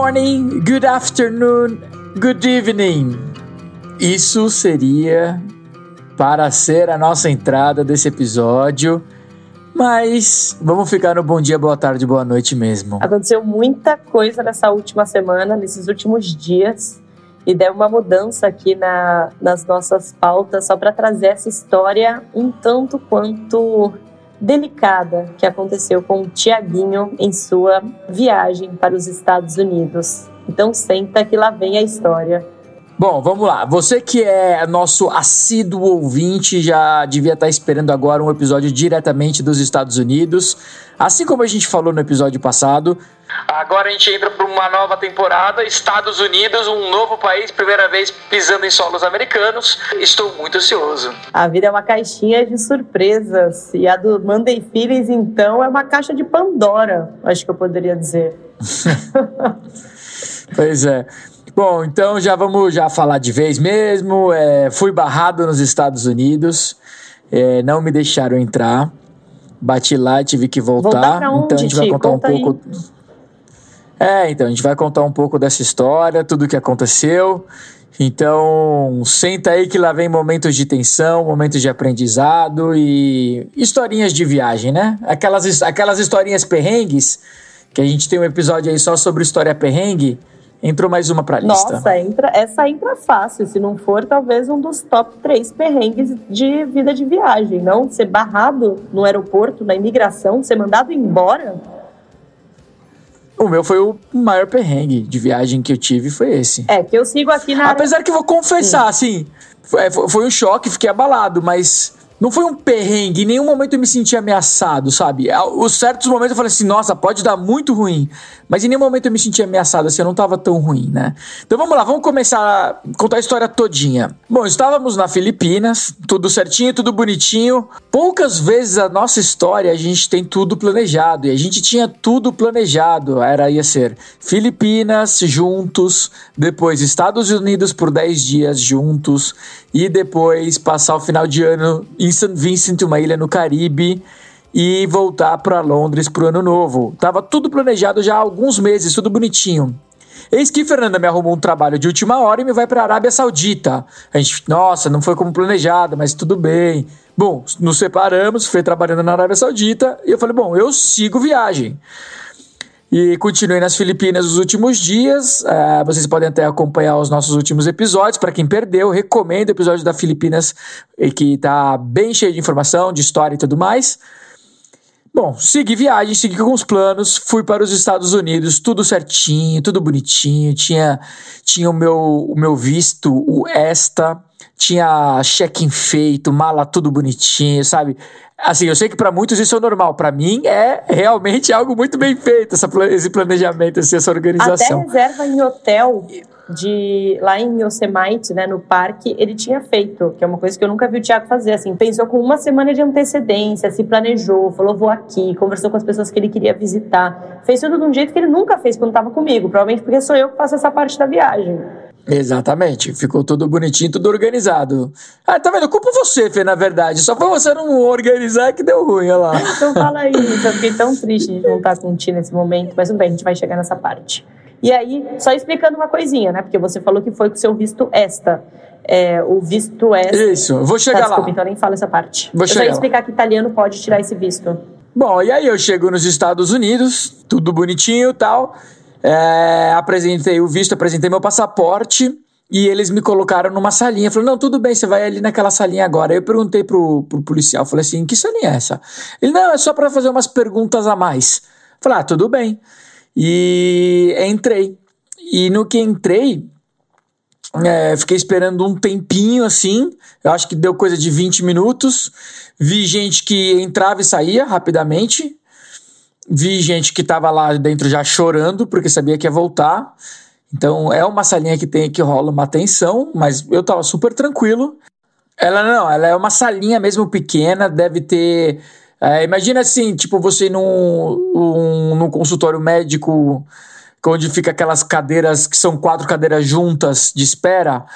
morning, good afternoon, good evening. Isso seria para ser a nossa entrada desse episódio, mas vamos ficar no bom dia, boa tarde, boa noite mesmo. Aconteceu muita coisa nessa última semana, nesses últimos dias, e deu uma mudança aqui nas nossas pautas, só para trazer essa história um tanto quanto delicada que aconteceu com o Tiaguinho em sua viagem para os Estados Unidos. Então senta que lá vem a história. Bom, vamos lá. Você que é nosso assíduo ouvinte já devia estar esperando agora um episódio diretamente dos Estados Unidos. Assim como a gente falou no episódio passado, agora a gente entra para uma nova temporada, Estados Unidos, um novo país, primeira vez pisando em solos americanos. Estou muito ansioso. A vida é uma caixinha de surpresas, e a do Monday Feelings, então, é uma caixa de Pandora, acho que eu poderia dizer. Pois é. Bom, então já vamos falar de vez mesmo. Fui barrado nos Estados Unidos, não me deixaram entrar, bati lá e tive que voltar. Voltar pra onde, então a gente vai contar um pouco. Então a gente vai contar um pouco dessa história, tudo o que aconteceu. Então senta aí que lá vem momentos de tensão, momentos de aprendizado e historinhas de viagem, né? Aquelas historinhas perrengues, que a gente tem um episódio aí só sobre história perrengue. Entrou mais uma pra lista. Nossa, essa entra fácil. Se não for, talvez um dos top 3 perrengues de vida de viagem, não? Ser barrado no aeroporto, na imigração, ser mandado embora. O meu foi o maior perrengue de viagem que eu tive, foi esse. Que eu sigo aqui na... Apesar que eu vou confessar, assim, foi um choque, fiquei abalado, mas... Não foi um perrengue, em nenhum momento eu me senti ameaçado, sabe? Os certos momentos eu falei assim, nossa, pode dar muito ruim. Mas em nenhum momento eu me senti ameaçado, assim, eu não tava tão ruim, né? Então vamos lá, vamos começar a contar a história todinha. Bom, estávamos na Filipinas, tudo certinho, tudo bonitinho. Poucas vezes a nossa história a gente tem tudo planejado. E a gente tinha tudo planejado. Ia ser Filipinas juntos, depois Estados Unidos por 10 dias juntos, e depois passar o final de ano em St. Vincent, uma ilha no Caribe, e voltar para Londres pro ano novo. Tava tudo planejado já há alguns meses, tudo bonitinho. Eis que Fernanda me arrumou um trabalho de última hora e me vai para a Arábia Saudita. A gente, nossa, não foi como planejado, mas tudo bem. Bom, nos separamos, fui trabalhando na Arábia Saudita, e eu falei, bom, eu sigo viagem. E continuei nas Filipinas os últimos dias. Vocês podem até acompanhar os nossos últimos episódios. Para quem perdeu, recomendo o episódio da Filipinas, que tá bem cheio de informação, de história e tudo mais. Bom, segui viagem, segui com os planos, fui para os Estados Unidos, tudo certinho, tudo bonitinho. Tinha o meu visto, o ESTA, tinha check-in feito, mala tudo bonitinho, sabe? Assim, eu sei que para muitos isso é normal. Para mim é realmente algo muito bem feito, esse planejamento, essa organização. Até reserva em hotel lá em Yosemite, né, no parque, ele tinha feito, que é uma coisa que eu nunca vi o Thiago fazer, assim, pensou com uma semana de antecedência, se planejou, falou, vou aqui, conversou com as pessoas que ele queria visitar, fez tudo de um jeito que ele nunca fez quando estava comigo, provavelmente porque sou eu que faço essa parte da viagem. Exatamente, ficou tudo bonitinho, tudo organizado. Tá vendo? Culpa você, Fê, na verdade. Só foi você não organizar que deu ruim, olha lá. Então fala isso, eu fiquei tão triste de não estar com o Ti nesse momento, mas tudo bem, a gente vai chegar nessa parte. E aí, só explicando uma coisinha, né? Porque você falou que foi com o seu visto ESTA. O visto ESTA... Isso, eu vou chegar lá. Desculpa, então nem falo essa parte. Eu só ia explicar que italiano pode tirar esse visto. Bom, e aí eu chego nos Estados Unidos, tudo bonitinho e tal... apresentei o visto, apresentei meu passaporte e eles me colocaram numa salinha. Falaram, não, tudo bem, você vai ali naquela salinha agora. Aí eu perguntei pro policial, falei assim, que salinha é essa? Ele, não, é só para fazer umas perguntas a mais. Falei, tudo bem. E entrei. E no que entrei, fiquei esperando um tempinho assim, eu acho que deu coisa de 20 minutos. Vi gente que entrava e saía rapidamente. Vi gente que tava lá dentro já chorando, porque sabia que ia voltar. Então, é uma salinha que rola uma tensão, mas eu tava super tranquilo. Ela é uma salinha mesmo pequena, deve ter... imagina assim, tipo, você ir num consultório médico, onde fica aquelas cadeiras, que são 4 cadeiras juntas de espera.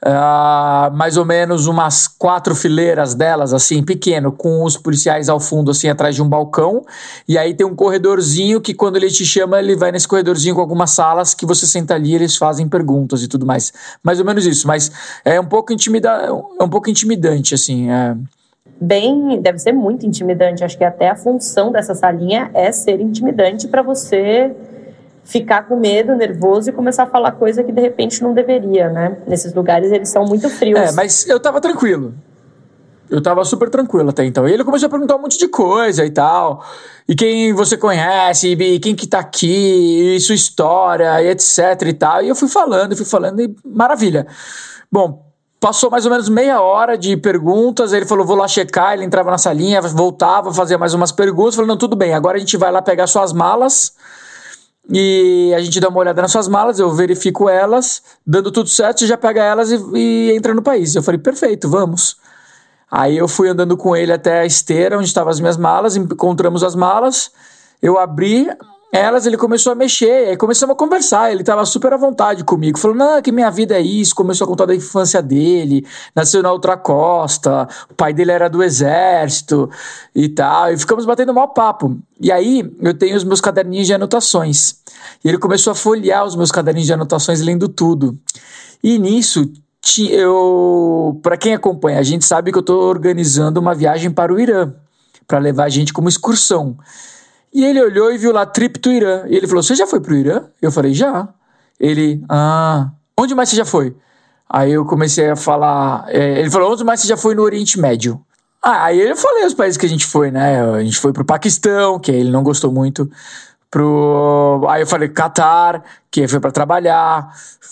mais ou menos umas 4 fileiras delas, assim, pequeno, com os policiais ao fundo, assim, atrás de um balcão. E aí tem um corredorzinho que quando ele te chama, ele vai nesse corredorzinho com algumas salas que você senta ali e eles fazem perguntas e tudo mais. Mais ou menos isso, mas é um pouco intimidante, assim. Deve ser muito intimidante. Acho que até a função dessa salinha é ser intimidante para você ficar com medo, nervoso e começar a falar coisa que de repente não deveria, né? Nesses lugares eles são muito frios. Mas eu tava tranquilo. Eu tava super tranquilo até então. E ele começou a perguntar um monte de coisa e tal. E quem você conhece, e quem que tá aqui, e sua história, e etc e tal. E eu fui falando e maravilha. Bom, passou mais ou menos meia hora de perguntas, ele falou, vou lá checar, ele entrava na salinha, voltava, fazia mais umas perguntas, falou, não, tudo bem, agora a gente vai lá pegar suas malas, e a gente dá uma olhada nas suas malas, eu verifico elas, dando tudo certo, você já pega elas e entra no país. Eu falei, perfeito, vamos. Aí eu fui andando com ele até a esteira, onde estavam as minhas malas, encontramos as malas, eu abri elas, ele começou a mexer, aí começamos a conversar, ele estava super à vontade comigo, falou, não, que minha vida é isso, começou a contar da infância dele, nasceu na outra costa, o pai dele era do exército e tal, e ficamos batendo um maior papo. E aí eu tenho os meus caderninhos de anotações, e ele começou a folhear os meus caderninhos de anotações lendo tudo. E nisso, para quem acompanha, a gente sabe que eu estou organizando uma viagem para o Irã, para levar a gente como excursão. E ele olhou e viu lá, trip to Irã. E ele falou, você já foi pro Irã? Eu falei, já. Ele, onde mais você já foi? Aí eu comecei a falar, ele falou, onde mais você já foi no Oriente Médio? Aí eu falei os países que a gente foi, né? A gente foi pro Paquistão, que ele não gostou muito. Aí eu falei, Catar, que foi pra trabalhar.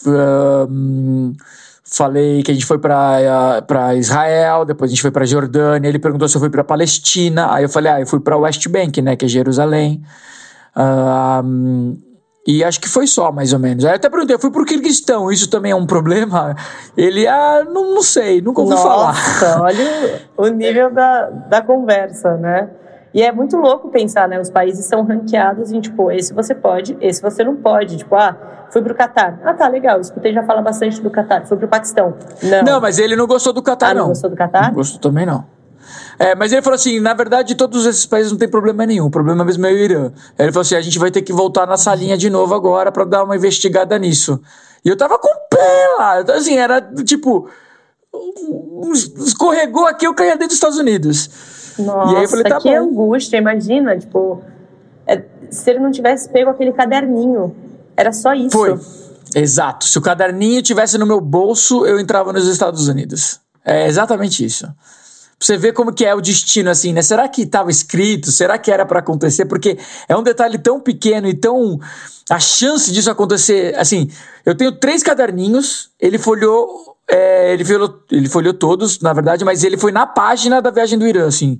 Falei que a gente foi pra Israel, depois a gente foi pra Jordânia, ele perguntou se eu fui pra Palestina, aí eu falei, eu fui pra West Bank, né, que é Jerusalém, e acho que foi só, mais ou menos. Aí eu até perguntei, eu fui pro Quirguistão, isso também é um problema? Ele, não sei, nunca ouvi falar. Nossa, olha o nível da conversa, né? E é muito louco pensar, né? Os países são ranqueados em, tipo, esse você pode, esse você não pode. Tipo, fui pro Catar. Tá, legal, escutei já falar bastante do Catar. Fui pro Paquistão. Não, mas ele não gostou do Catar, não. Não gostou do Catar? Não gostou também, não. Mas ele falou assim, na verdade, todos esses países não tem problema nenhum. O problema mesmo é o Irã. Aí ele falou assim, a gente vai ter que voltar na salinha de novo agora pra dar uma investigada nisso. E eu tava com o pé lá. Então, assim, era, tipo... Escorregou aqui, eu caí dentro dos Estados Unidos. Nossa, e aí eu falei, que angústia, imagina, tipo, se ele não tivesse pego aquele caderninho, era só isso. Foi, exato, se o caderninho tivesse no meu bolso, eu entrava nos Estados Unidos, é exatamente isso. Pra você ver como que é o destino, assim, né, será que estava escrito, será que era pra acontecer, porque é um detalhe tão pequeno e tão, a chance disso acontecer, assim, eu tenho 3 caderninhos, ele folheou todos, na verdade, mas ele foi na página da viagem do Irã, assim.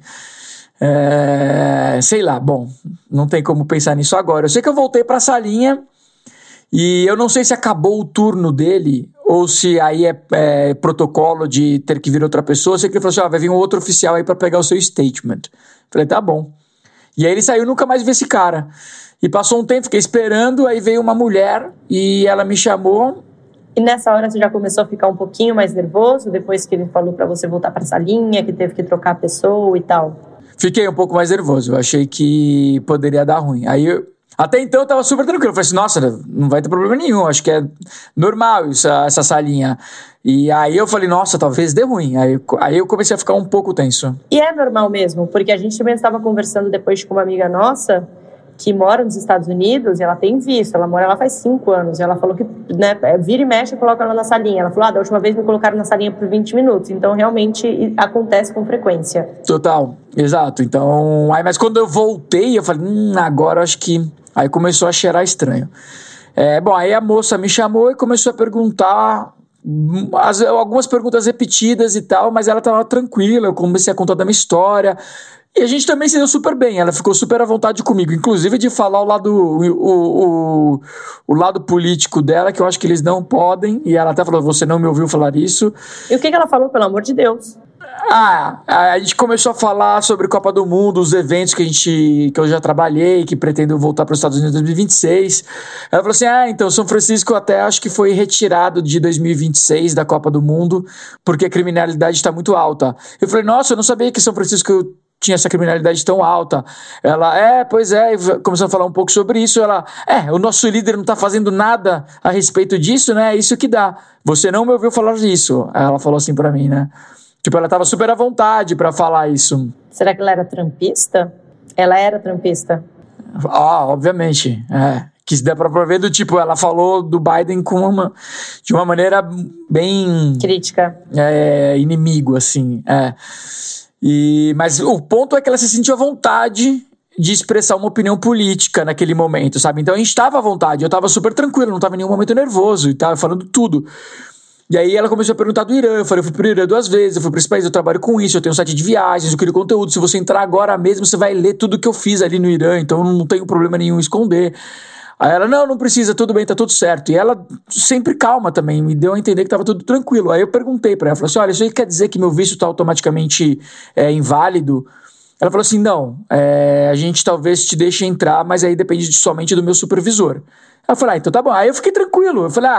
Sei lá, bom, não tem como pensar nisso agora. Eu sei que eu voltei pra salinha e eu não sei se acabou o turno dele ou se aí é protocolo de ter que vir outra pessoa. Eu sei que ele falou assim, vai vir um outro oficial aí pra pegar o seu statement. Falei, tá bom. E aí ele saiu, nunca mais vi esse cara. E passou um tempo, fiquei esperando, aí veio uma mulher e ela me chamou. E nessa hora você já começou a ficar um pouquinho mais nervoso, depois que ele falou pra você voltar pra salinha, que teve que trocar a pessoa e tal? Fiquei um pouco mais nervoso, eu achei que poderia dar ruim. Até então eu tava super tranquilo, eu falei assim, nossa, não vai ter problema nenhum, acho que é normal essa salinha. E aí eu falei, nossa, talvez dê ruim. Aí eu comecei a ficar um pouco tenso. E é normal mesmo, porque a gente também estava conversando depois com uma amiga nossa, que mora nos Estados Unidos, e ela tem visto, ela mora lá faz 5 anos, e ela falou que, né, vira e mexe e coloca ela na salinha. Ela falou, da última vez me colocaram na salinha por 20 minutos, então realmente acontece com frequência. Total, exato. Então, mas quando eu voltei, eu falei, agora acho que... Aí começou a cheirar estranho. Bom, aí a moça me chamou e começou a perguntar... algumas perguntas repetidas e tal, mas ela estava tranquila, eu comecei a contar da minha história... E a gente também se deu super bem, ela ficou super à vontade comigo, inclusive de falar o lado político dela, que eu acho que eles não podem, e ela até falou, você não me ouviu falar isso. E o que ela falou, pelo amor de Deus? A gente começou a falar sobre Copa do Mundo, os eventos que eu já trabalhei, que pretendo voltar para os Estados Unidos em 2026. Ela falou assim, então São Francisco até acho que foi retirado de 2026 da Copa do Mundo, porque a criminalidade está muito alta. Eu falei, nossa, eu não sabia que São Francisco tinha essa criminalidade tão alta. Ela, pois é, e começando a falar um pouco sobre isso, ela, o nosso líder não tá fazendo nada a respeito disso, né, é isso que dá. Você não me ouviu falar disso. Ela falou assim pra mim, né. Tipo, ela tava super à vontade pra falar isso. Será que ela era trumpista? Ela era trumpista. Obviamente, que se der pra ver do tipo, ela falou do Biden de uma maneira bem... crítica. Inimigo, assim, Mas o ponto é que ela se sentiu à vontade de expressar uma opinião política naquele momento, sabe? Então a gente estava à vontade, eu estava super tranquilo, não estava em nenhum momento nervoso e tava falando tudo. E aí ela começou a perguntar do Irã, eu falei, eu fui pro Irã 2 vezes, eu fui para esse país, eu trabalho com isso, eu tenho um site de viagens, eu crio conteúdo, se você entrar agora mesmo, você vai ler tudo que eu fiz ali no Irã, então não tenho problema nenhum em esconder. Aí ela, não precisa, tudo bem, tá tudo certo. E ela, sempre calma também, me deu a entender que tava tudo tranquilo. Aí eu perguntei pra ela, falei assim, olha, isso aí quer dizer que meu visto tá automaticamente inválido? Ela falou assim, não, a gente talvez te deixe entrar, mas aí depende somente do meu supervisor. Ela falou, então tá bom. Aí eu fiquei tranquilo, eu falei,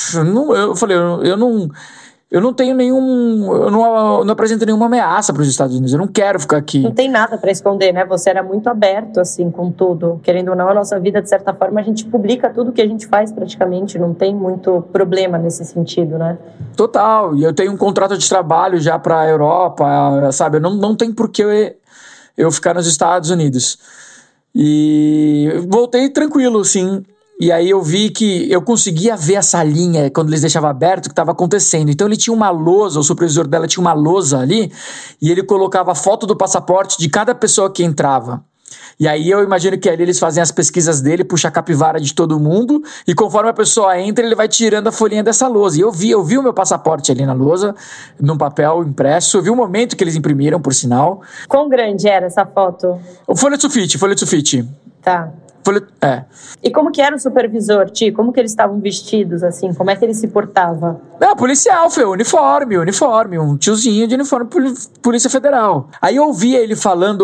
eu não tenho eu não apresento nenhuma ameaça para os Estados Unidos, eu não quero ficar aqui. Não tem nada para esconder, né? Você era muito aberto, assim, com tudo. Querendo ou não, a nossa vida, de certa forma, a gente publica tudo que a gente faz praticamente, não tem muito problema nesse sentido, né? Total, e eu tenho um contrato de trabalho já para a Europa, sabe? Não tem por que eu ficar nos Estados Unidos. E voltei tranquilo, sim. E aí eu vi que eu conseguia ver essa linha, quando eles deixavam aberto, o que estava acontecendo. Então ele tinha uma lousa, o supervisor dela tinha uma lousa ali, e ele colocava a foto do passaporte de cada pessoa que entrava. E aí eu imagino que ali eles fazem as pesquisas dele, puxa a capivara de todo mundo, e conforme a pessoa entra, ele vai tirando a folhinha dessa lousa. E eu vi o meu passaporte ali na lousa, num papel impresso. Eu vi o momento que eles imprimiram, por sinal. Quão grande era essa foto? Folha de sulfite. Tá. E como que era o supervisor, Ti? Como que eles estavam vestidos, assim? Como é que ele se portava? Não, policial, foi uniforme, um tiozinho de uniforme, Polícia Federal. Aí eu ouvia ele falando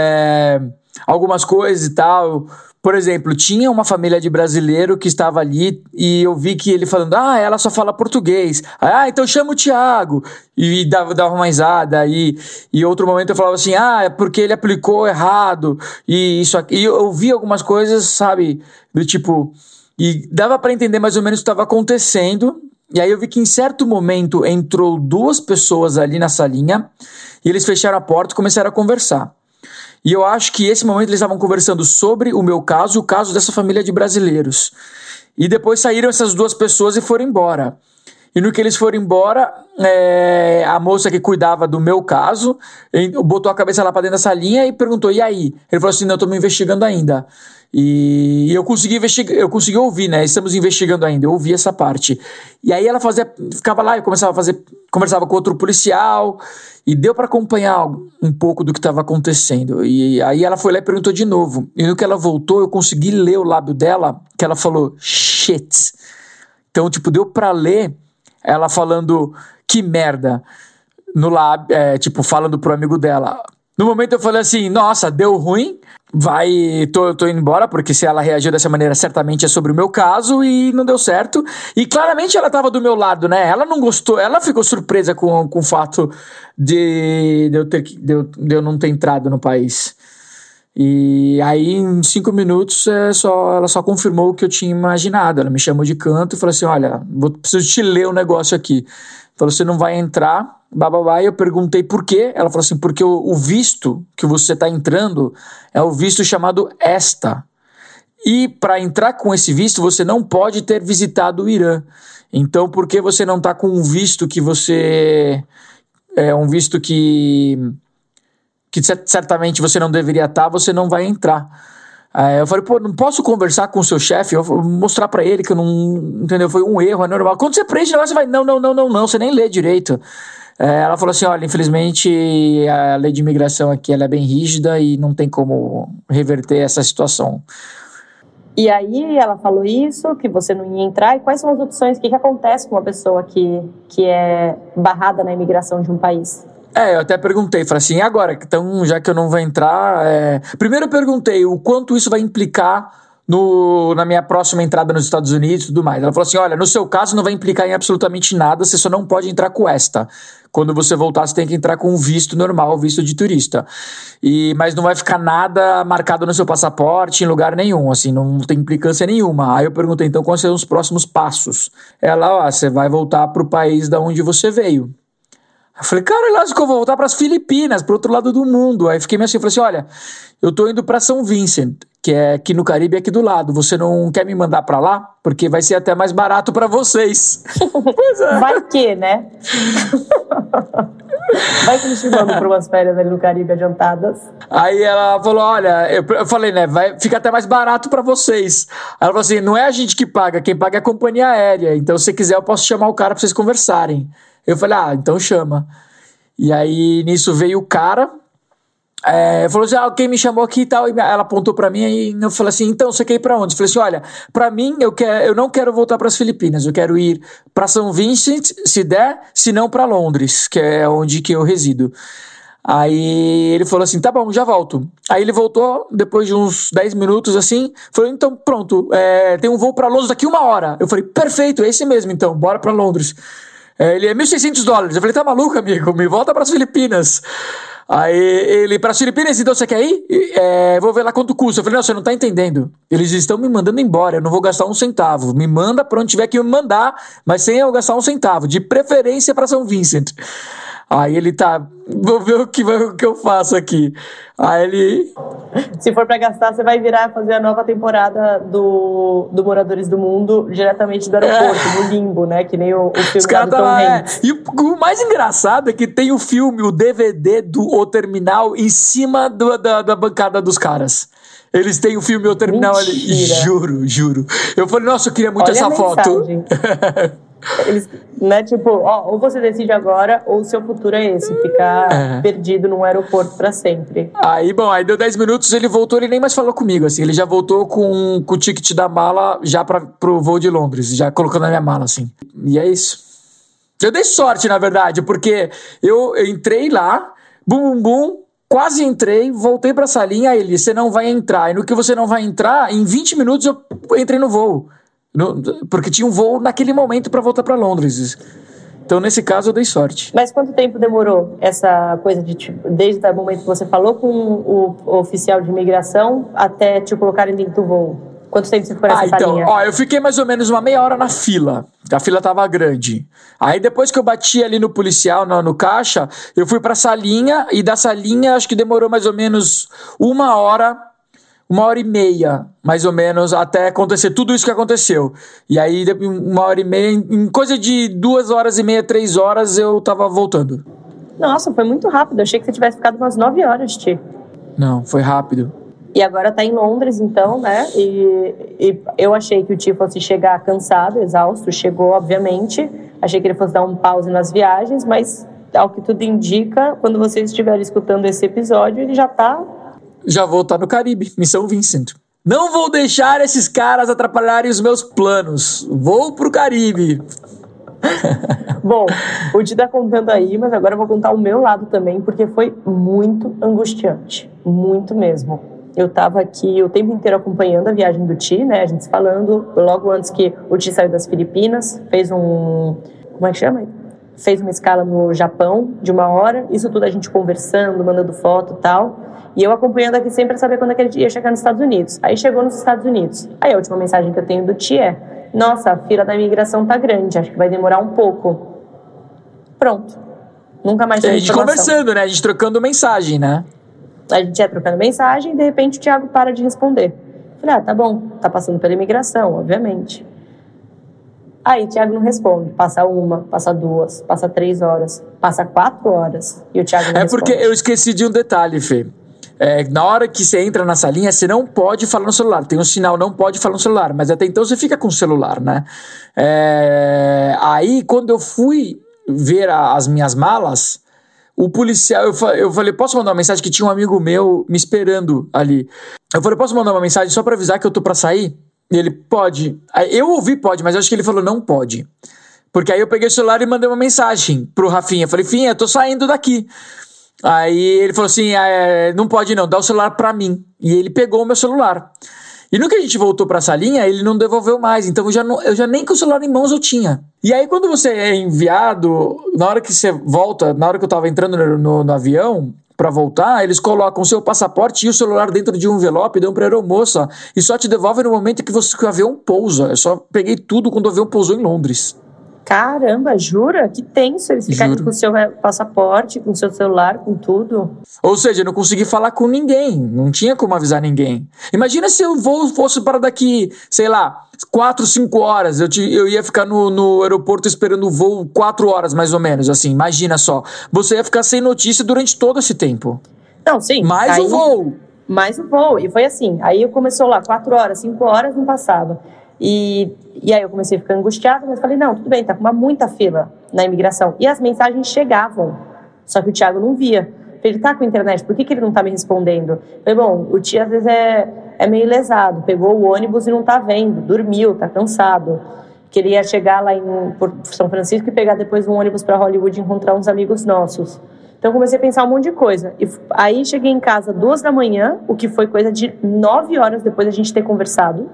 algumas coisas e tal. Por exemplo, tinha uma família de brasileiro que estava ali e eu vi que ele falando, ela só fala português. Então chama o Thiago. E dava uma risada. E outro momento eu falava assim, é porque ele aplicou errado. E isso aqui. E eu vi algumas coisas, sabe, do tipo... E dava pra entender mais ou menos o que estava acontecendo. E aí eu vi que em certo momento entrou 2 pessoas ali na salinha e eles fecharam a porta e começaram a conversar. E eu acho que esse momento eles estavam conversando sobre o meu caso e o caso dessa família de brasileiros. E depois saíram essas 2 pessoas e foram embora. E no que eles foram embora, a moça que cuidava do meu caso botou a cabeça lá pra dentro da salinha e perguntou, e aí? Ele falou assim, não, eu tô me investigando ainda. E eu consegui ouvir, né? Estamos investigando ainda, eu ouvi essa parte. E aí ela ficava lá, eu conversava com outro policial e deu pra acompanhar um pouco do que estava acontecendo. E aí ela foi lá e perguntou de novo. E no que ela voltou, eu consegui ler o lábio dela, que ela falou, shit. Então, tipo, deu pra ler ela falando, que merda, no lábio, falando pro amigo dela. No momento eu falei assim, nossa, deu ruim, tô indo embora, porque se ela reagiu dessa maneira, certamente é sobre o meu caso, e não deu certo. E claramente ela tava do meu lado, né? Ela não gostou, ela ficou surpresa com o fato de eu não ter entrado no país. E aí, em 5 minutos, ela só confirmou o que eu tinha imaginado. Ela me chamou de canto e falou assim, olha, preciso te ler um negócio aqui. Falou, você não vai entrar, bababá. E eu perguntei por quê. Ela falou assim, porque o visto que você está entrando é o visto chamado ESTA. E para entrar com esse visto, você não pode ter visitado o Irã. Então, por que você não está com um visto que você... um visto que certamente você não deveria estar, você não vai entrar. Eu falei, não posso conversar com o seu chefe, eu vou mostrar pra ele que eu não... Entendeu? Foi um erro, é normal. Quando você preenche o negócio, você vai, não, você nem lê direito. Ela falou assim, olha, infelizmente a lei de imigração aqui ela é bem rígida e não tem como reverter essa situação. E aí ela falou isso, que você não ia entrar, e quais são as opções, o que acontece com uma pessoa que é barrada na imigração de um país? Eu até perguntei, falei assim, e agora? Então, já que eu não vou entrar... Primeiro eu perguntei o quanto isso vai implicar na minha próxima entrada nos Estados Unidos e tudo mais. Ela falou assim, olha, no seu caso não vai implicar em absolutamente nada, você só não pode entrar com esta. Quando você voltar, você tem que entrar com um visto normal, visto de turista. Mas não vai ficar nada marcado no seu passaporte em lugar nenhum, assim, não tem implicância nenhuma. Aí eu perguntei, então, quais serão os próximos passos? Ela, você vai voltar pro país da onde você veio. Eu falei, cara, eu acho que eu vou voltar para as Filipinas, pro outro lado do mundo. Aí fiquei meio assim, falei assim, olha, eu tô indo para São Vincent, que é aqui no Caribe, aqui do lado. Você não quer me mandar para lá? Porque vai ser até mais barato para vocês. Pois é. Vai que, né? Vai que eles te mandam para umas férias ali no Caribe adiantadas. Aí ela falou, olha, eu falei, né, fica até mais barato para vocês. Ela falou assim, não é a gente que paga, quem paga é a companhia aérea. Então, se você quiser, eu posso chamar o cara para vocês conversarem. Eu falei, então chama. E aí, nisso veio o cara, falou assim, quem me chamou aqui e tal, e ela apontou pra mim, e eu falei assim, então, você quer ir pra onde? Eu falei assim, olha, pra mim, eu não quero voltar pras Filipinas, eu quero ir pra São Vincent, se der, se não pra Londres, que é onde que eu resido. Aí ele falou assim, tá bom, já volto. Aí ele voltou, depois de uns 10 minutos assim, falou, então pronto, tem um voo pra Londres daqui 1 hora. Eu falei, perfeito, é esse mesmo então, bora pra Londres. Ele é $1.600. Eu falei, tá maluco, amigo? Me volta pras Filipinas. Aí ele, pras Filipinas, então você quer ir? Vou ver lá quanto custa. Eu falei, não, você não tá entendendo. Eles estão me mandando embora, eu não vou gastar 1 centavo. Me manda pra onde tiver que me mandar, mas sem eu gastar 1 centavo. De preferência pra São Vincent. Aí ele vou ver o que eu faço aqui. Aí ele... Se for pra gastar, você vai virar fazer a nova temporada do Moradores do Mundo diretamente do aeroporto, no Limbo, né? Que nem o filme do Tom Hanks. E o mais engraçado é que tem o filme, o DVD do O Terminal em cima da bancada dos caras. Eles têm o filme O Terminal ali. Juro. Eu falei, nossa, eu queria muito essa foto. Eles, né, tipo, ou você decide agora, ou o seu futuro é esse, ficar perdido num aeroporto pra sempre. Aí deu 10 minutos, ele voltou, ele nem mais falou comigo, assim, ele já voltou com o ticket da mala já pro voo de Londres, já colocando na minha mala, assim. E é isso. Eu dei sorte, na verdade, porque eu entrei lá, bum, quase entrei, voltei pra salinha, aí ele, você não vai entrar. E no que você não vai entrar, em 20 minutos eu entrei no voo. Porque tinha um voo naquele momento pra voltar pra Londres. Então, nesse caso, eu dei sorte. Mas quanto tempo demorou essa coisa de, tipo, desde o momento que você falou com o oficial de imigração até te colocarem dentro do voo? Quanto tempo você ficou nessa salinha? Eu fiquei mais ou menos uma meia hora na fila. A fila tava grande. Aí depois que eu bati ali no policial, no caixa, eu fui pra salinha, e da salinha acho que demorou mais ou menos 1 hora, 1h30, mais ou menos, até acontecer tudo isso que aconteceu. E aí, 1h30, em coisa de 2h30, 3 horas, eu tava voltando. Nossa, foi muito rápido. Eu achei que você tivesse ficado umas 9 horas, Ti. Não, foi rápido. E agora tá em Londres, então, né? E eu achei que o Ti fosse chegar cansado, exausto. Chegou, obviamente. Achei que ele fosse dar um pause nas viagens, mas, ao que tudo indica, quando vocês estiverem escutando esse episódio, ele já vou estar no Caribe, em São Vincent. Não vou deixar esses caras atrapalharem os meus planos. Vou pro Caribe. Bom, o Ti tá contando aí, mas agora eu vou contar o meu lado também, porque foi muito angustiante. Muito mesmo. Eu tava aqui o tempo inteiro acompanhando a viagem do Ti, né? A gente se falando, logo antes que o Ti saiu das Filipinas, fez como é que chama? Fez uma escala no Japão de 1 hora. Isso tudo a gente conversando, mandando foto e tal. E eu acompanhando aqui sempre pra saber quando é que ele ia chegar nos Estados Unidos. Aí chegou nos Estados Unidos. Aí a última mensagem que eu tenho do Ti é: nossa, a fila da imigração tá grande, acho que vai demorar um pouco. Pronto. Nunca mais tem informação. A gente conversando, né? A gente trocando mensagem, né? A gente ia trocando mensagem e de repente o Thiago para de responder. Falei, tá bom, tá passando pela imigração, obviamente. Aí o Thiago não responde. Passa 1, passa 2, passa 3 horas, passa 4 horas e o Thiago não responde. Porque eu esqueci de um detalhe, Fê. Na hora que você entra na salinha, você não pode falar no celular. Tem um sinal, não pode falar no celular. Mas até então você fica com o celular, né? Aí, quando eu fui ver as minhas malas, o policial, eu falei, posso mandar uma mensagem? Que tinha um amigo meu me esperando ali. Eu falei, posso mandar uma mensagem só pra avisar que eu tô pra sair? E ele, pode. Eu ouvi pode, mas eu acho que ele falou não pode. Porque aí eu peguei o celular e mandei uma mensagem pro Rafinha. Falei, Finha, eu tô saindo daqui. Aí ele falou assim, não pode não, dá o celular pra mim. E ele pegou o meu celular. E no que a gente voltou pra salinha, ele não devolveu mais. Então eu já nem com o celular em mãos eu tinha. E aí quando você é enviado, na hora que você volta, na hora que eu tava entrando no avião pra voltar, eles colocam o seu passaporte e o celular dentro de um envelope, dão pra aeromoça e só te devolvem no momento que o avião pousa. Eu só peguei tudo quando o avião pousou em Londres. Caramba, jura? Que tenso eles ficarem com o seu passaporte, com o seu celular, com tudo. Ou seja, eu não consegui falar com ninguém, não tinha como avisar ninguém. Imagina se o voo fosse para daqui, sei lá, 4, 5 horas, eu ia ficar no aeroporto esperando o voo 4 horas mais ou menos, assim, imagina só. Você ia ficar sem notícia durante todo esse tempo. Não, sim. Mais o voo. Mais o voo, e foi assim, aí começou lá 4 horas, 5 horas, não passava. E aí eu comecei a ficar angustiada, mas falei, não, tudo bem, tá com muita fila na imigração. E as mensagens chegavam, só que o Thiago não via. Ele tá com a internet, por que ele não tá me respondendo? Falei, bom, o tio às vezes é meio lesado, pegou o ônibus e não tá vendo, dormiu, tá cansado. Queria chegar lá em São Francisco e pegar depois um ônibus para Hollywood e encontrar uns amigos nossos. Então comecei a pensar um monte de coisa. E aí cheguei em casa 2 da manhã, o que foi coisa de 9 horas depois da gente ter conversado.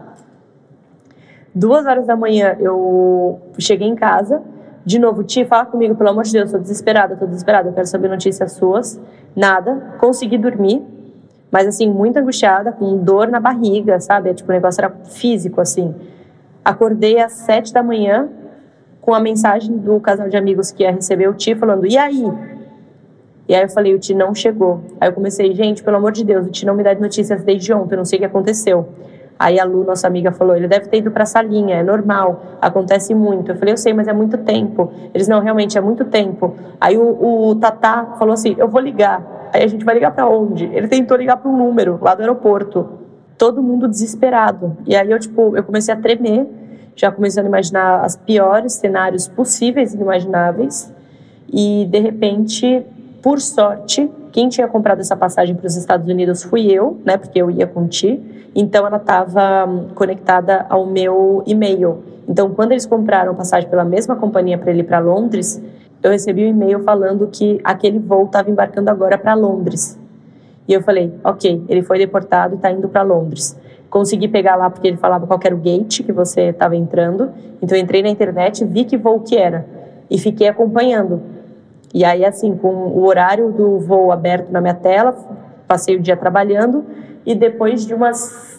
2 horas da manhã eu cheguei em casa, de novo, Ti, fala comigo, pelo amor de Deus, tô desesperada, eu quero saber notícias suas. Nada, consegui dormir, mas assim, muito angustiada, com dor na barriga, sabe? Tipo, o negócio era físico, assim. Acordei às 7 da manhã com a mensagem do casal de amigos que ia receber o Ti, falando, e aí? E aí eu falei, o Ti não chegou. Aí eu comecei, gente, pelo amor de Deus, o Ti não me dá notícias desde ontem, eu não sei o que aconteceu. Aí a Lu, nossa amiga, falou, ele deve ter ido pra salinha, é normal, acontece muito. Eu falei, eu sei, mas é muito tempo. Eles, não, realmente é muito tempo. Aí o Tatá falou assim, eu vou ligar. Aí a gente vai ligar pra onde? Ele tentou ligar pra um número lá do aeroporto. Todo mundo desesperado. E aí eu comecei a tremer, já começando a imaginar os piores cenários possíveis e inimagináveis. E, de repente, por sorte, quem tinha comprado essa passagem para os Estados Unidos fui eu, né, porque eu ia com o Ti. Então, ela estava conectada ao meu e-mail. Então, quando eles compraram a passagem pela mesma companhia para ele ir para Londres, eu recebi um e-mail falando que aquele voo estava embarcando agora para Londres. E eu falei, ok, ele foi deportado e está indo para Londres. Consegui pegar lá porque ele falava qual era o gate que você estava entrando. Então, eu entrei na internet, vi que voo que era e fiquei acompanhando. E aí, assim, com o horário do voo aberto na minha tela, passei o dia trabalhando. E depois de umas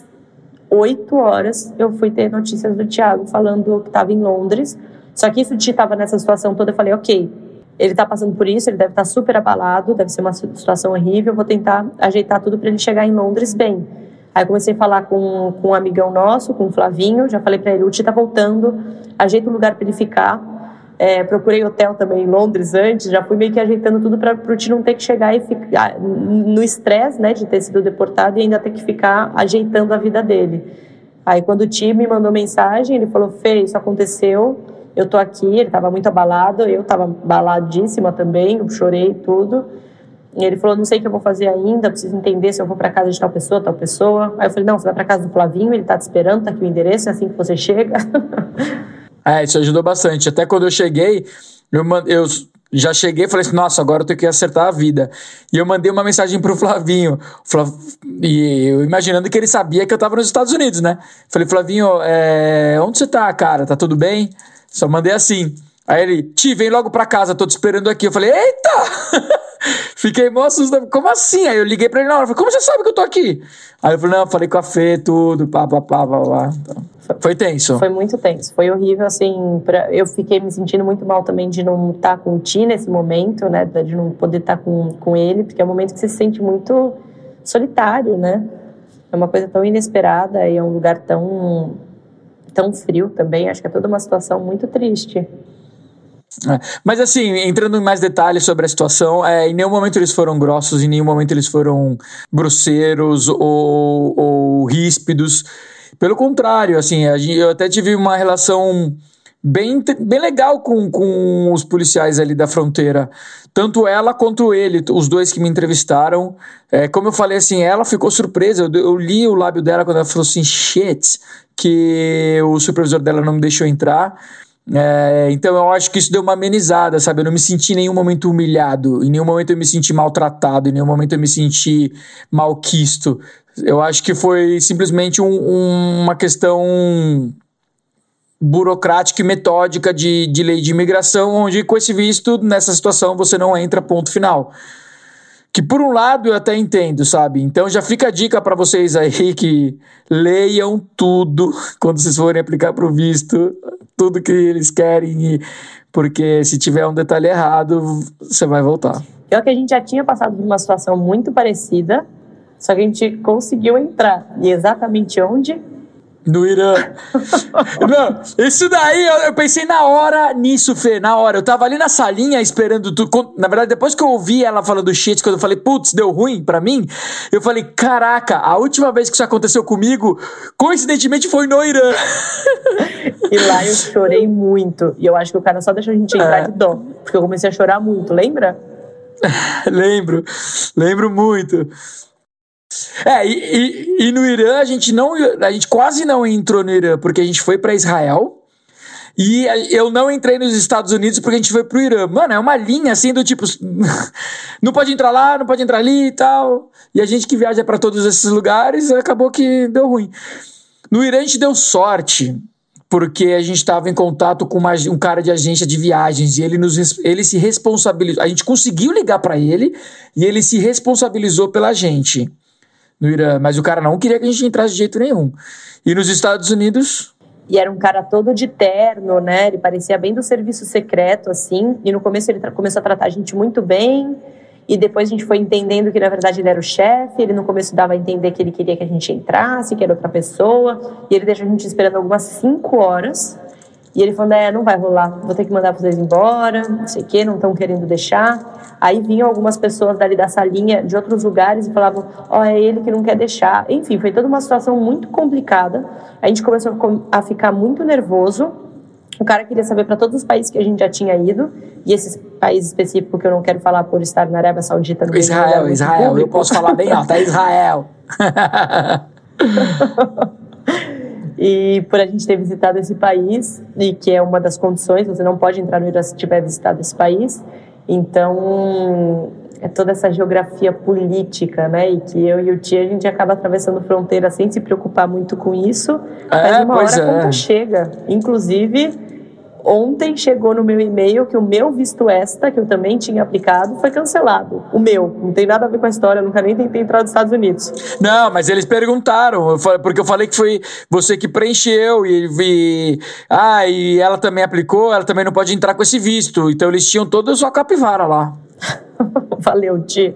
8 horas, eu fui ter notícias do Thiago falando que estava em Londres. Só que isso o Ti estava nessa situação toda. Eu falei, ok, ele está passando por isso, ele deve estar super abalado, deve ser uma situação horrível, eu vou tentar ajeitar tudo para ele chegar em Londres bem. Aí comecei a falar com um amigão nosso, com o Flavinho, já falei para ele, o Ti está voltando, ajeita um lugar para ele ficar. Procurei hotel também em Londres antes, já fui meio que ajeitando tudo para o Ti não ter que chegar e ficar no estresse, né, de ter sido deportado e ainda ter que ficar ajeitando a vida dele. Aí quando o Ti me mandou mensagem, ele falou, Fê, isso aconteceu, eu tô aqui, ele estava muito abalado, eu estava abaladíssima também, eu chorei tudo. E ele falou, não sei o que eu vou fazer ainda, preciso entender se eu vou para casa de tal pessoa. Aí eu falei, não, você vai para casa do Flavinho, ele tá te esperando, tá aqui o endereço, é assim que você chega. Isso ajudou bastante. Até quando eu cheguei, eu já cheguei e falei assim, nossa, agora eu tenho que acertar a vida. E eu mandei uma mensagem pro Flavinho. E eu imaginando que ele sabia que eu tava nos Estados Unidos, né? Falei, Flavinho, onde você tá, cara? Tá tudo bem? Só mandei assim. Aí ele, Ti, vem logo pra casa, tô te esperando aqui. Eu falei, eita! Fiquei mó assustado. Como assim? Aí eu liguei pra ele na hora. Falei, como você sabe que eu tô aqui? Aí eu falei, não, falei com a Fê, tudo, pá. Então, foi tenso. Foi muito tenso. Foi horrível, assim. Eu fiquei me sentindo muito mal também de não estar com o Ti nesse momento, né? De não poder estar com ele, porque é um momento que você se sente muito solitário, né? É uma coisa tão inesperada e é um lugar tão frio também. Acho que é toda uma situação muito triste. Mas assim, entrando em mais detalhes sobre a situação, em nenhum momento eles foram grossos, em nenhum momento eles foram grosseiros ou ríspidos. Pelo contrário, assim, eu até tive uma relação bem legal com os policiais ali da fronteira. Tanto ela quanto ele, os dois que me entrevistaram. Como eu falei, assim, ela ficou surpresa. Eu li o lábio dela quando ela falou assim, shit, que o supervisor dela não me deixou entrar. Então eu acho que isso deu uma amenizada, sabe? Eu não me senti em nenhum momento humilhado, em nenhum momento eu me senti maltratado, em nenhum momento eu me senti malquisto. Eu acho que foi simplesmente uma questão burocrática e metódica de lei de imigração, onde com esse visto, nessa situação, você não entra, ponto final. Que por um lado eu até entendo, sabe? Então já fica a dica para vocês aí que leiam tudo quando vocês forem aplicar para o visto, tudo que eles querem, porque se tiver um detalhe errado, você vai voltar. Pior que a gente já tinha passado por uma situação muito parecida, só que a gente conseguiu entrar. E exatamente onde? No Irã. Não, isso daí eu pensei na hora nisso, Fê, na hora. Eu tava ali na salinha esperando tudo. Na verdade, depois que eu ouvi ela falando shit, quando eu falei, putz, deu ruim pra mim, eu falei, caraca, a última vez que isso aconteceu comigo, coincidentemente foi no Irã. E lá eu chorei muito. E eu acho que o cara só deixou a gente entrar de dó. Porque eu comecei a chorar muito, lembra? Lembro muito. E no Irã a gente quase não entrou no Irã porque a gente foi pra Israel e eu não entrei nos Estados Unidos porque a gente foi pro Irã. Mano, é uma linha assim do tipo não pode entrar lá, não pode entrar ali e tal, e a gente que viaja pra todos esses lugares acabou que deu ruim. No Irã a gente deu sorte porque a gente estava em contato com um cara de agência de viagens e ele se responsabilizou, a gente conseguiu ligar pra ele e ele se responsabilizou pela gente no Irã, mas o cara não queria que a gente entrasse de jeito nenhum. E nos Estados Unidos... E era um cara todo de terno, né? Ele parecia bem do serviço secreto, assim. E no começo ele começou a tratar a gente muito bem. E depois a gente foi entendendo que, na verdade, ele era o chefe. Ele no começo dava a entender que ele queria que a gente entrasse, que era outra pessoa. E ele deixou a gente esperando algumas 5 horas. E ele falando, não vai rolar, vou ter que mandar vocês embora, não sei o quê, não estão querendo deixar. Aí vinham algumas pessoas dali da salinha, de outros lugares, e falavam, é ele que não quer deixar. Enfim, foi toda uma situação muito complicada. A gente começou a ficar muito nervoso. O cara queria saber para todos os países que a gente já tinha ido, e esses países específicos que eu não quero falar por estar na Arábia Saudita. No Israel, eu posso falar bem alto, é Israel. E por a gente ter visitado esse país, e que é uma das condições, você não pode entrar no Irã se tiver visitado esse país. Então, é toda essa geografia política, né? E que eu e o Tia, a gente acaba atravessando fronteira sem se preocupar muito com isso. Mas uma hora a conta chega. Inclusive, ontem chegou no meu e-mail que o meu visto ESTA, que eu também tinha aplicado, foi cancelado. O meu. Não tem nada a ver com a história, eu nunca nem tentei entrar nos Estados Unidos. Não, mas eles perguntaram, porque eu falei que foi você que preencheu e ela também aplicou, ela também não pode entrar com esse visto. Então eles tinham toda a sua capivara lá. Valeu, Tia.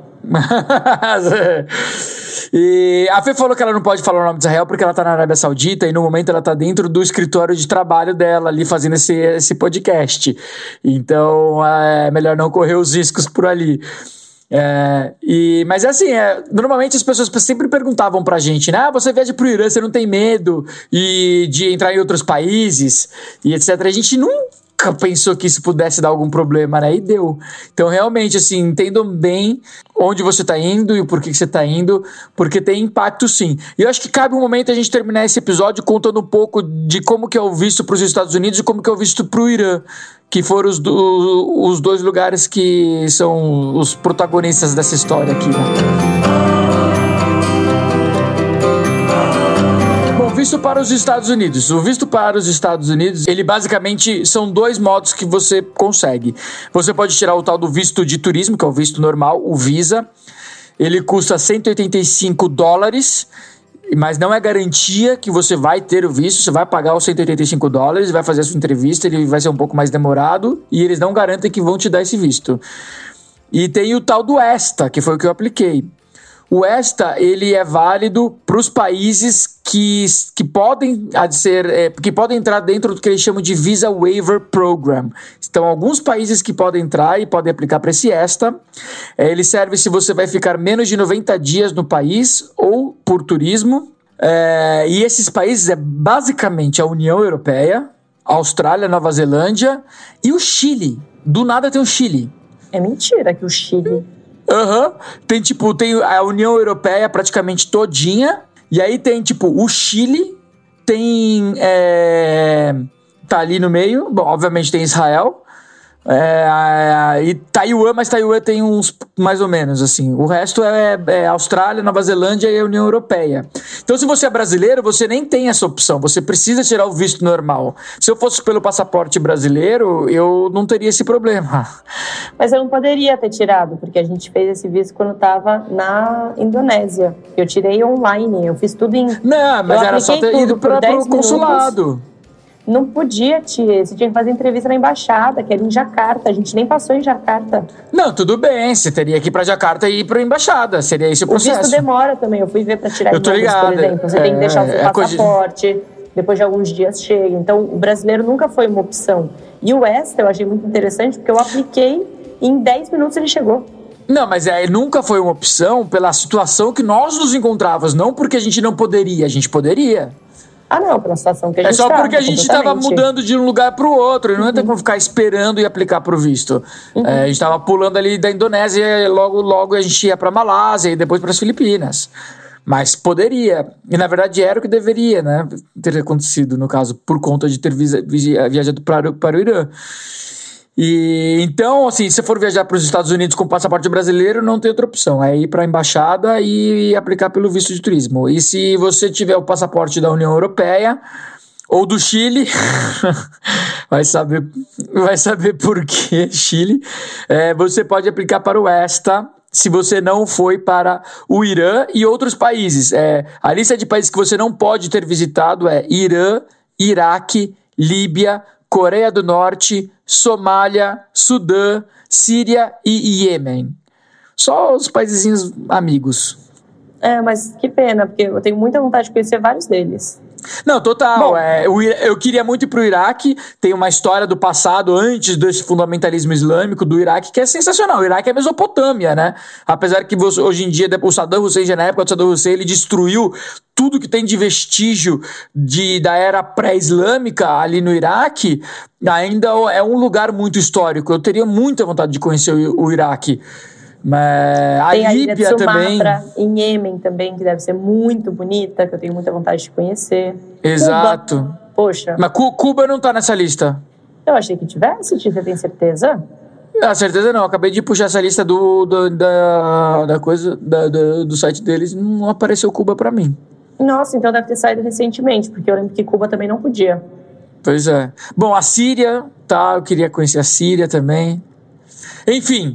E a Fê falou que ela não pode falar o nome de Israel porque ela tá na Arábia Saudita e no momento ela tá dentro do escritório de trabalho dela ali fazendo esse podcast. Então é melhor não correr os riscos por ali. Mas assim, normalmente as pessoas sempre perguntavam pra gente, né? Você viaja pro Irã, você não tem medo de entrar em outros países e etc. A gente nunca pensou que isso pudesse dar algum problema, né? E deu. Então, realmente, assim, entendam bem onde você tá indo e o porquê que você tá indo, porque tem impacto, sim. E eu acho que cabe um momento a gente terminar esse episódio contando um pouco de como que é o visto pros Estados Unidos e como que é o visto pro Irã, que foram os dois lugares que são os protagonistas dessa história aqui, né? Visto para os Estados Unidos. O visto para os Estados Unidos, ele basicamente são 2 modos que você consegue. Você pode tirar o tal do visto de turismo, que é o visto normal, o Visa. Ele custa $185, mas não é garantia que você vai ter o visto. Você vai pagar os $185, vai fazer a sua entrevista, ele vai ser um pouco mais demorado e eles não garantem que vão te dar esse visto. E tem o tal do ESTA, que foi o que eu apliquei. O ESTA, ele é válido para os países que podem entrar dentro do que eles chamam de Visa Waiver Program. Então, alguns países que podem entrar e podem aplicar para esse ESTA. Ele serve se você vai ficar menos de 90 dias no país ou por turismo. E esses países é basicamente a União Europeia, a Austrália, Nova Zelândia e o Chile. Do nada tem o Chile. É mentira que o Chile... Tem a União Europeia praticamente todinha. E aí tem, o Chile, tem tá ali no meio. Bom, obviamente tem Israel. E Taiwan, mas Taiwan tem uns mais ou menos assim. O resto é Austrália, Nova Zelândia e a União Europeia. Então, se você é brasileiro, você nem tem essa opção. Você precisa tirar o visto normal. Se eu fosse pelo passaporte brasileiro, eu não teria esse problema. Mas eu não poderia ter tirado, porque a gente fez esse visto quando estava na Indonésia. Eu tirei online, eu fiz tudo em... Não, mas era só ter ido para o consulado. Não podia, tia. Você tinha que fazer entrevista na embaixada, que era em Jacarta. A gente nem passou em Jacarta. Não, tudo bem. Você teria que ir pra Jacarta e ir pra embaixada. Seria esse o processo. O visto demora também. Eu fui ver pra tirar por exemplo. Você tem que deixar o seu passaporte. Depois de alguns dias chega. Então, o brasileiro nunca foi uma opção. E o ESTA eu achei muito interessante, porque eu apliquei e em 10 minutos ele chegou. Não, mas nunca foi uma opção pela situação que nós nos encontrávamos. Não porque a gente não poderia. A gente poderia. Ah, não, pela situação que a gente só porque a gente estava mudando de um lugar para o outro. E não tem como ficar esperando e aplicar para o visto. A gente estava pulando ali da Indonésia e logo a gente ia para Malásia e depois para as Filipinas. Mas poderia. E na verdade era o que deveria, né, ter acontecido, no caso, por conta de ter viajado para o Irã. E então, assim, se for viajar para os Estados Unidos com passaporte brasileiro, não tem outra opção. É ir para a embaixada e aplicar pelo visto de turismo. E se você tiver o passaporte da União Europeia ou do Chile, vai saber por que Chile, você pode aplicar para o ESTA se você não foi para o Irã e outros países. A lista de países que você não pode ter visitado é Irã, Iraque, Líbia, Coreia do Norte, Somália, Sudã, Síria e Iêmen. Só os países amigos. Mas que pena, porque eu tenho muita vontade de conhecer vários deles. Não, total. Bom, eu queria muito ir pro Iraque. Tem uma história do passado, antes desse fundamentalismo islâmico do Iraque, que é sensacional. O Iraque é a Mesopotâmia, né? Apesar que hoje em dia, o Saddam Hussein, já na época do Saddam Hussein, ele destruiu tudo que tem de vestígio da era pré-islâmica ali no Iraque. Ainda é um lugar muito histórico. Eu teria muita vontade de conhecer o Iraque. Mas a Líbia de Sumatra, também. Em Iêmen também, que deve ser muito bonita, que eu tenho muita vontade de conhecer. Exato. Cuba. Poxa. Mas Cuba não tá nessa lista. Eu achei que tivesse, você tem certeza? Certeza não, acabei de puxar essa lista do site deles, não apareceu Cuba pra mim. Nossa, então deve ter saído recentemente, porque eu lembro que Cuba também não podia. Pois é. Bom, a Síria, tá, eu queria conhecer a Síria também. Enfim...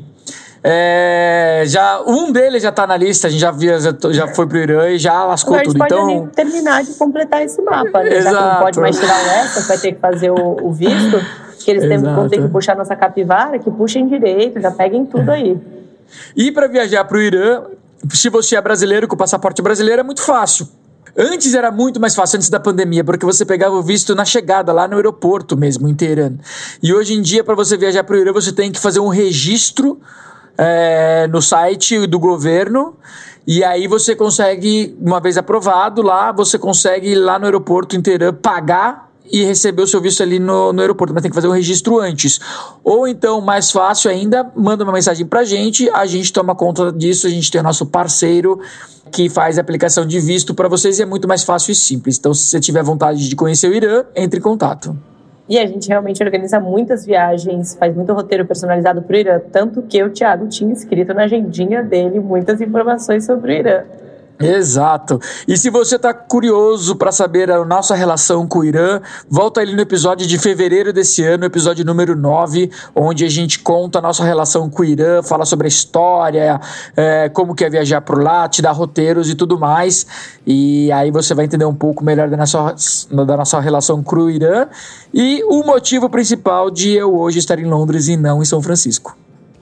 um deles já tá na lista, a gente já foi pro Irã e já lascou tudo. A gente então pode terminar de completar esse mapa, né? Exato. Já que não pode mais tirar o ESTA, vai ter que fazer o visto, que eles vão ter que puxar nossa capivara, que puxem direito, já peguem tudo aí. E para viajar pro Irã, se você é brasileiro, com o passaporte brasileiro, é muito fácil. Antes era muito mais fácil, antes da pandemia, porque você pegava o visto na chegada, lá no aeroporto mesmo, em Teherã. E hoje em dia, para você viajar pro Irã, você tem que fazer um registro no site do governo, e aí você consegue, uma vez aprovado lá, você consegue ir lá no aeroporto em Teherã pagar e receber o seu visto ali no aeroporto, mas tem que fazer um registro antes. Ou então, mais fácil ainda, manda uma mensagem pra gente, a gente toma conta disso, a gente tem o nosso parceiro que faz a aplicação de visto para vocês e é muito mais fácil e simples. Então, se você tiver vontade de conhecer o Irã, entre em contato. E a gente realmente organiza muitas viagens, faz muito roteiro personalizado para o Irã, tanto que o Thiago tinha escrito na agendinha dele muitas informações sobre o Irã. Exato. E se você está curioso para saber a nossa relação com o Irã, volta ali no episódio de fevereiro desse ano, episódio número 9, onde a gente conta a nossa relação com o Irã, fala sobre a história, como que é viajar por lá, te dá roteiros e tudo mais. E aí você vai entender um pouco melhor da nossa relação com o Irã e o motivo principal de eu hoje estar em Londres e não em São Francisco.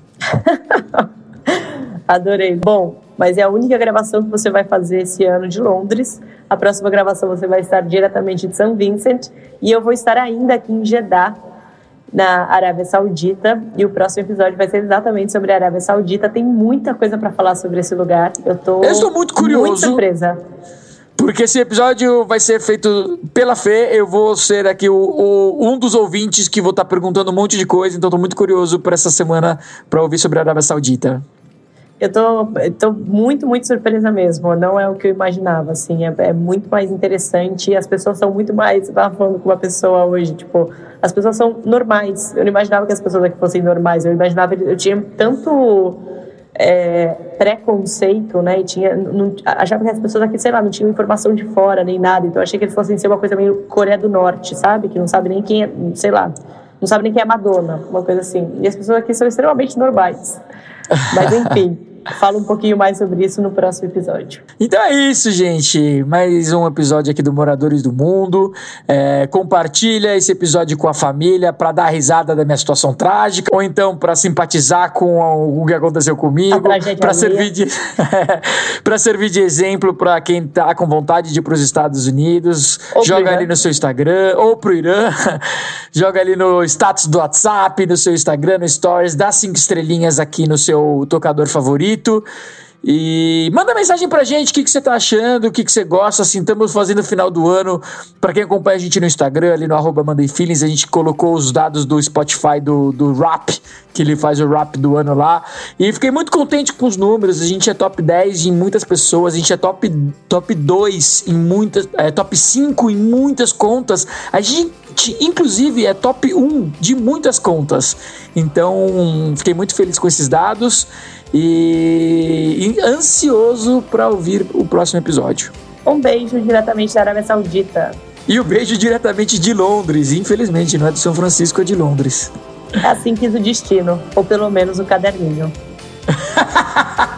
Adorei. Bom, mas é a única gravação que você vai fazer esse ano de Londres. A próxima gravação você vai estar diretamente de São Vicente e eu vou estar ainda aqui em Jeddah, na Arábia Saudita, e o próximo episódio vai ser exatamente sobre a Arábia Saudita. Tem muita coisa para falar sobre esse lugar. Eu estou muito curioso. Muito surpresa. Porque esse episódio vai ser feito pela Fê, eu vou ser aqui um dos ouvintes que vou estar perguntando um monte de coisa, então estou muito curioso para essa semana para ouvir sobre a Arábia Saudita. Eu tô muito, muito surpresa mesmo. Não é o que eu imaginava, assim. É muito mais interessante. As pessoas são muito mais... Eu tava falando com uma pessoa hoje, tipo... As pessoas são normais. Eu não imaginava que as pessoas aqui fossem normais. Eu tinha tanto preconceito, né? E achava que as pessoas aqui, sei lá, não tinham informação de fora, nem nada. Então eu achei que eles fossem ser uma coisa meio Coreia do Norte, sabe? Que não sabe nem quem é... Sei lá. Não sabe nem quem é Madonna. Uma coisa assim. E as pessoas aqui são extremamente normais. Mas, enfim... Fala um pouquinho mais sobre isso no próximo episódio. Então é isso, gente. Mais um episódio aqui do Moradores do Mundo. Compartilha esse episódio com a família para dar risada da minha situação trágica, ou então para simpatizar com o que aconteceu comigo, para servir de exemplo para quem tá com vontade de ir para os Estados Unidos. Joga ali no seu Instagram, ou pro Irã. Joga ali no status do WhatsApp, no seu Instagram, no Stories. Dá 5 estrelinhas aqui no seu tocador favorito. E manda mensagem pra gente, o que você tá achando, o que você gosta. Assim, estamos fazendo o final do ano. Pra quem acompanha a gente no Instagram, ali no @MandeiFeelings, a gente colocou os dados do Spotify do Rap, que ele faz o Rap do ano lá. E fiquei muito contente com os números. A gente é top 10 em muitas pessoas, a gente é top 2 em muitas, top 5 em muitas contas. A gente inclusive é top 1 de muitas contas. Então fiquei muito feliz com esses dados e ansioso para ouvir o próximo episódio. Um beijo diretamente da Arábia Saudita. E um beijo diretamente de Londres. Infelizmente não é de São Francisco, é de Londres. É assim quis o destino, ou pelo menos o caderninho.